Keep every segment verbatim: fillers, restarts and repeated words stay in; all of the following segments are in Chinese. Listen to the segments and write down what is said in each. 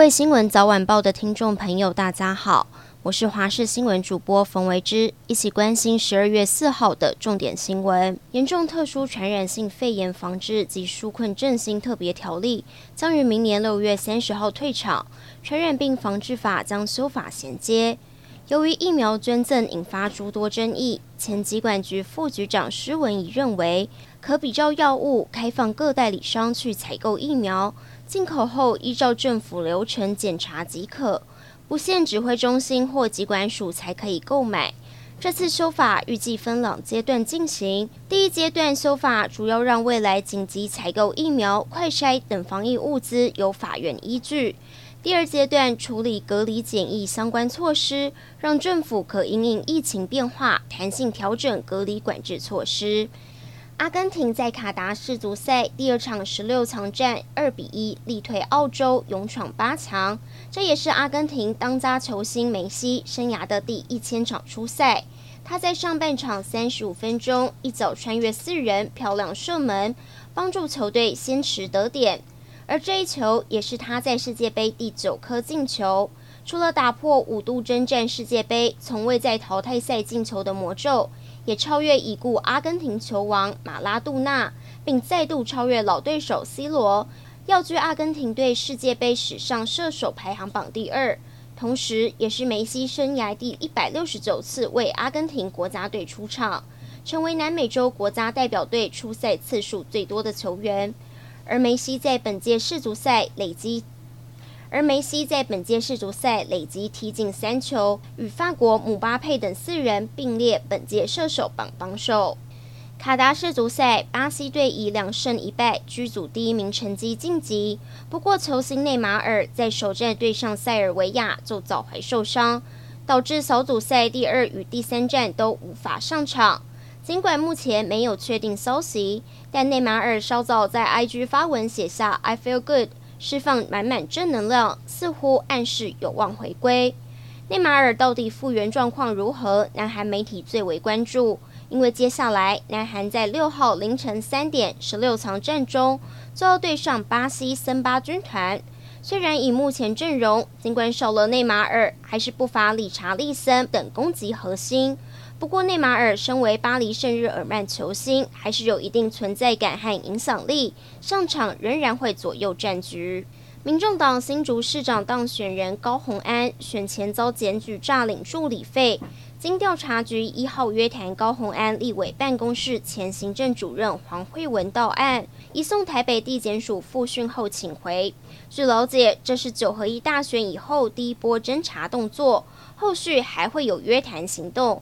位新闻早晚报的听众朋友，大家好，我是华视新闻主播冯维之，一起关心十二月四号的重点新闻。严重特殊传染性肺炎防治及纾困振兴特别条例将于明年六月三十号退场，传染病防治法将修法衔接。由于疫苗捐赠引发诸多争议，前疾管局副局长施文仪认为，可比照药物开放各代理商去采购疫苗，进口后依照政府流程检查即可，不限指挥中心或疾管署才可以购买。这次修法预计分两阶段进行，第一阶段修法主要让未来紧急采购疫苗、快筛等防疫物资有法院依据。第二阶段处理隔离检疫相关措施，让政府可因应疫情变化，弹性调整隔离管制措施。阿根廷在卡达世足赛第二场十六强战二比一力退澳洲，勇闯八强。这也是阿根廷当家球星梅西生涯的第一千场出赛。他在上半场三十五分钟一脚穿越四人，漂亮射门，帮助球队先持得点。而这一球也是他在世界杯第九颗进球，除了打破五度征战世界杯从未在淘汰赛进球的魔咒，也超越已故阿根廷球王马拉杜纳，并再度超越老对手 C 罗，跃居阿根廷队世界杯史上射手排行榜第二，同时也是梅西生涯第一百六十九次为阿根廷国家队出场，成为南美洲国家代表队出赛次数最多的球员。而梅西在本届世足赛累积而梅西在本届世足赛累积踢进三球，与法国姆巴佩等四人并列本届射手榜榜首。卡达世足赛，巴西队以两胜一败居组第一名成绩晋级，不过球星内马尔在首战对上塞尔维亚就脚踝受伤，导致小组赛第二与第三战都无法上场。尽管目前没有确定消息，但内马尔稍早在 I G 发文写下 I feel good， 释放满满正能量，似乎暗示有望回归。内马尔到底复原状况如何？南韩媒体最为关注，因为接下来南韩在六号凌晨三点十六强战中就要对上巴西森巴军团。虽然以目前阵容，尽管少了内马尔，还是不乏理查利森等攻击核心。不过内马尔身为巴黎圣日耳曼球星，还是有一定存在感和影响力，上场仍然会左右战局。民众党新竹市长当选人高虹安选前遭检举诈领助理费，经调查局一号约谈高虹安立委办公室前行政主任黄慧文到案，移送台北地检署复讯后请回。据了解，这是九合一大选以后第一波侦查动作，后续还会有约谈行动。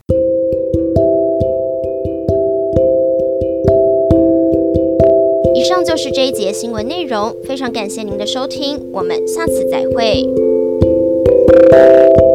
以上就是这一节新闻内容，非常感谢您的收听，我们下次再会。